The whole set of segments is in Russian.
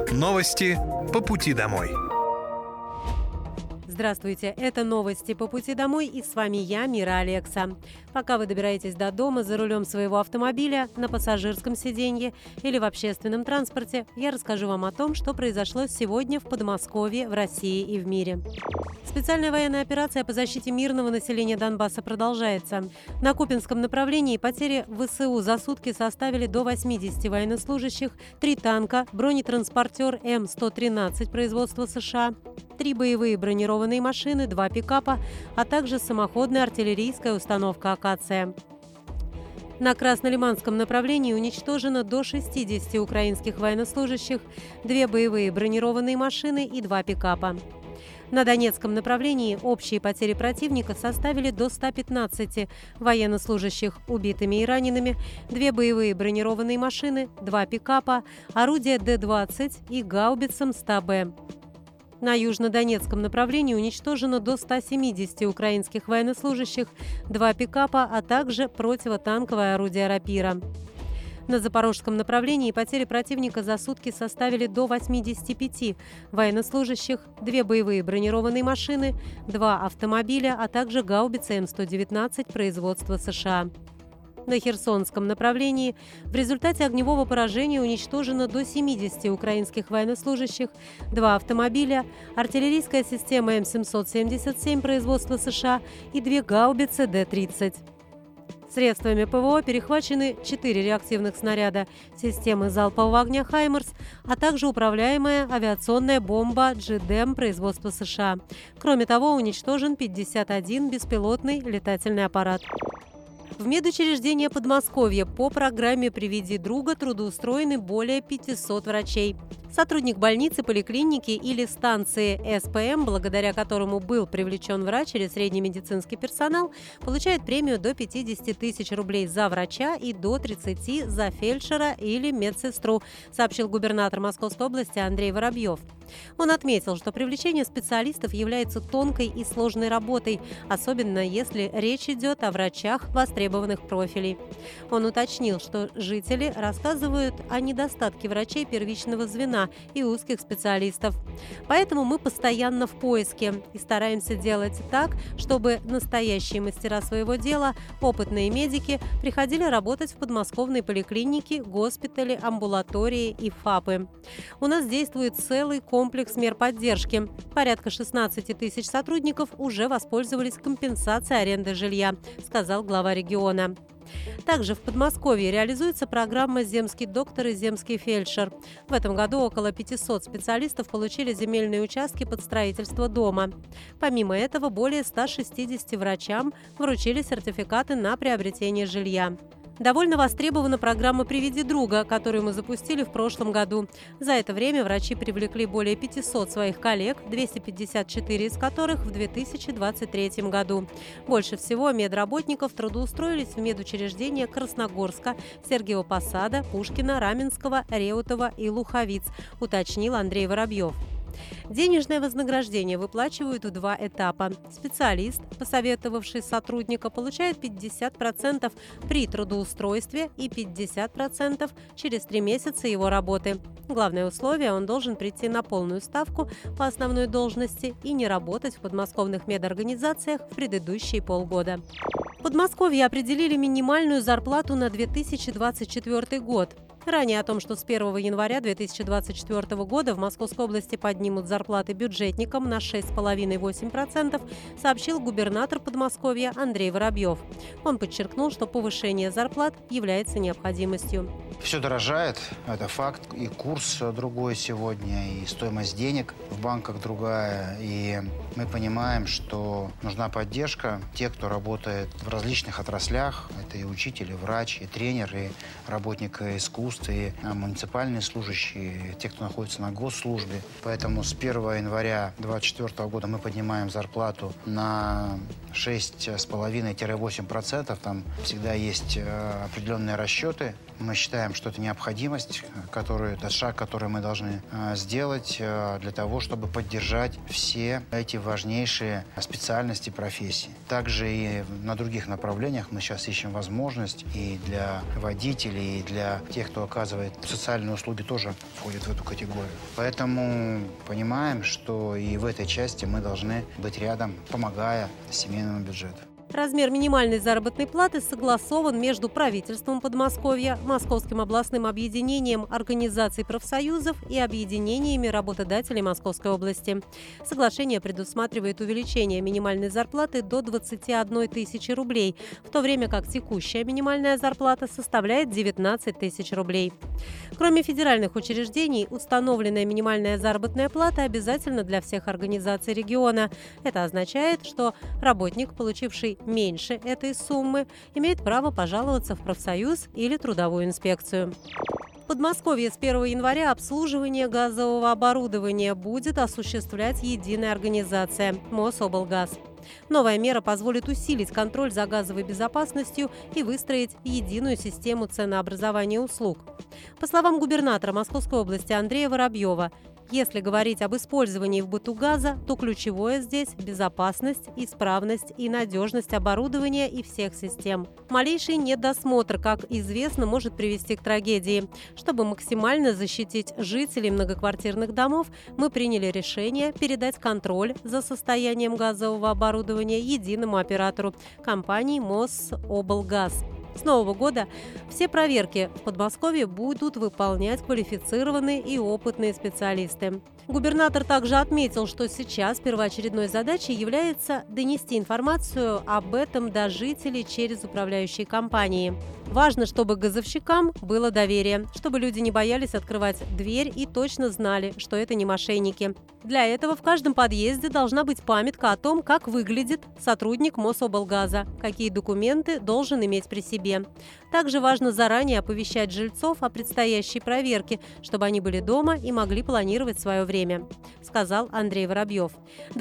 Новости по пути домой. Здравствуйте, это новости по пути домой, и с вами я, Мира Алекса. Пока вы добираетесь до дома за рулем своего автомобиля, на пассажирском сиденье или в общественном транспорте, я расскажу вам о том, что произошло сегодня в Подмосковье, в России и в мире. Специальная военная операция по защите мирного населения Донбасса продолжается. На Купинском направлении потери ВСУ за сутки составили до 80 военнослужащих, 3 танка, бронетранспортер М-113 производства США, 3 боевые бронированные машины, 2 пикапа, а также самоходная артиллерийская установка «Акация». На Краснолиманском направлении уничтожено до 60 украинских военнослужащих, 2 боевые бронированные машины и 2 пикапа. На Донецком направлении общие потери противника составили до 115 военнослужащих убитыми и ранеными, 2 боевые бронированные машины, 2 пикапа, орудия Д-20 и гаубица М100Б. На южнодонецком направлении уничтожено до 170 украинских военнослужащих, 2 пикапа, а также противотанковое орудие «Рапира». На запорожском направлении потери противника за сутки составили до 85 военнослужащих, 2 боевые бронированные машины, 2 автомобиля, а также гаубица М119 производства США. На Херсонском направлении в результате огневого поражения уничтожено до 70 украинских военнослужащих, 2 автомобиля, артиллерийская система М777 производства США и 2 гаубицы Д-30. Средствами ПВО перехвачены 4 реактивных снаряда системы залпового огня «Хаймерс», а также управляемая авиационная бомба «Джидем» производства США. Кроме того, уничтожен 51 беспилотный летательный аппарат. В медучреждение Подмосковья по программе «Приведи друга» трудоустроены более 500 врачей. Сотрудник больницы, поликлиники или станции СПМ, благодаря которому был привлечен врач или средний медицинский персонал, получает премию до 50 тысяч рублей за врача и до 30 за фельдшера или медсестру, сообщил губернатор Московской области Андрей Воробьев. Он отметил, что привлечение специалистов является тонкой и сложной работой, особенно если речь идет о врачах востребованных профилей. Он уточнил, что жители рассказывают о недостатке врачей первичного звена и узких специалистов. Поэтому мы постоянно в поиске и стараемся делать так, чтобы настоящие мастера своего дела, опытные медики, приходили работать в подмосковные поликлиники, госпитали, амбулатории и ФАПы. У нас действует целый комплекс мер поддержки. Порядка 16 тысяч сотрудников уже воспользовались компенсацией аренды жилья, сказал глава региона. Также в Подмосковье реализуется программа «Земский доктор» и «Земский фельдшер». В этом году около 500 специалистов получили земельные участки под строительство дома. Помимо этого, более 160 врачам вручили сертификаты на приобретение жилья. Довольно востребована программа «Приведи друга», которую мы запустили в прошлом году. За это время врачи привлекли более 500 своих коллег, 254 из которых в 2023 году. Больше всего медработников трудоустроились в медучреждения Красногорска, Сергиева Посада, Пушкина, Раменского, Реутова и Луховиц, уточнил Андрей Воробьев. Денежное вознаграждение выплачивают в 2 этапа. Специалист, посоветовавший сотрудника, получает 50% при трудоустройстве и 50% через 3 месяца его работы. Главное условие – он должен прийти на полную ставку по основной должности и не работать в подмосковных медорганизациях в предыдущие полгода. В Подмосковье определили минимальную зарплату на 2024 год. Ранее о том, что с 1 января 2024 года в Московской области поднимут зарплаты бюджетникам на 6,5–8%, сообщил губернатор Подмосковья Андрей Воробьев. Он подчеркнул, что повышение зарплат является необходимостью. Все дорожает, это факт. И курс другой сегодня, и стоимость денег в банках другая. И мы понимаем, что нужна поддержка. Те, кто работает в различных отраслях, это и учитель, и врач, и тренер, и работник искусств, и муниципальные служащие, те, кто находится на госслужбе. Поэтому с 1 января 2024 года мы поднимаем зарплату на 6,5-8%. Там всегда есть определенные расчеты. Мы считаем, что это необходимость, это шаг, который мы должны сделать для того, чтобы поддержать все эти важнейшие специальности, профессии. Также и на других направлениях мы сейчас ищем возможность и для водителей, и для тех, кто оказывает социальные услуги, тоже входит в эту категорию. Поэтому понимаем, что и в этой части мы должны быть рядом, помогая семейному бюджету. Размер минимальной заработной платы согласован между правительством Подмосковья, Московским областным объединением организаций профсоюзов и объединениями работодателей Московской области. Соглашение предусматривает увеличение минимальной зарплаты до 21 тысячи рублей, в то время как текущая минимальная зарплата составляет 19 тысяч рублей. Кроме федеральных учреждений, установленная минимальная заработная плата обязательна для всех организаций региона. Это означает, что работник, получивший меньше этой суммы, имеет право пожаловаться в профсоюз или трудовую инспекцию. В Подмосковье с 1 января обслуживание газового оборудования будет осуществлять единая организация Мособлгаз. Новая мера позволит усилить контроль за газовой безопасностью и выстроить единую систему ценообразования услуг. По словам губернатора Московской области Андрея Воробьева, если говорить об использовании в быту газа, то ключевое здесь – безопасность, исправность и надежность оборудования и всех систем. Малейший недосмотр, как известно, может привести к трагедии. Чтобы максимально защитить жителей многоквартирных домов, мы приняли решение передать контроль за состоянием газового оборудования единому оператору – компании Мособлгаз. С нового года все проверки в Подмосковье будут выполнять квалифицированные и опытные специалисты. Губернатор также отметил, что сейчас первоочередной задачей является донести информацию об этом до жителей через управляющие компании. Важно, чтобы газовщикам было доверие, чтобы люди не боялись открывать дверь и точно знали, что это не мошенники. Для этого в каждом подъезде должна быть памятка о том, как выглядит сотрудник Мособлгаза, какие документы должен иметь при себе. Также важно заранее оповещать жильцов о предстоящей проверке, чтобы они были дома и могли планировать свое время, сказал Андрей Воробьев.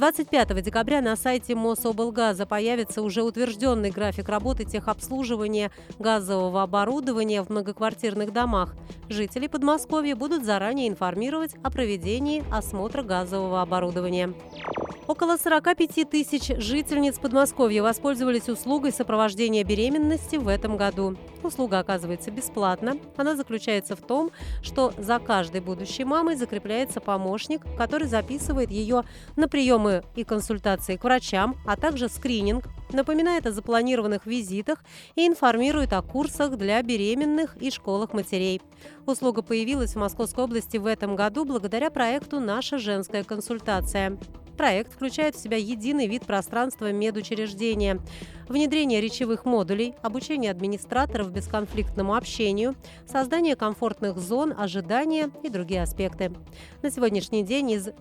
25 декабря на сайте Мособлгаза появится уже утвержденный график работы техобслуживания газового оборудования в многоквартирных домах. Жители Подмосковья будут заранее информировать о проведении осмотра газового оборудования. Около 45 тысяч жительниц Подмосковья воспользовались услугой сопровождения беременности в этом году. Услуга оказывается бесплатно. Она заключается в том, что за каждой будущей мамой закрепляется помощник, который записывает ее на приемы и консультации к врачам, а также скрининг, напоминает о запланированных визитах и информирует о курсах для беременных и школах матерей. Услуга появилась в Московской области в этом году благодаря проекту «Наша женская консультация». Проект включает в себя единый вид пространства медучреждения, внедрение речевых модулей, обучение администраторов бесконфликтному общению, создание комфортных зон ожидания и другие аспекты. На сегодняшний день из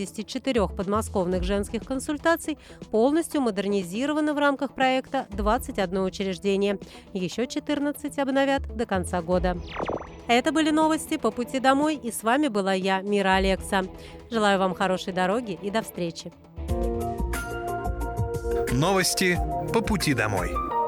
74 подмосковных женских консультаций полностью модернизировано в рамках проекта 21 учреждение. Еще 14 обновят до конца года. Это были новости по пути домой, и с вами была я, Мира Алекса. Желаю вам хорошей дороги и до встречи. Новости по пути домой.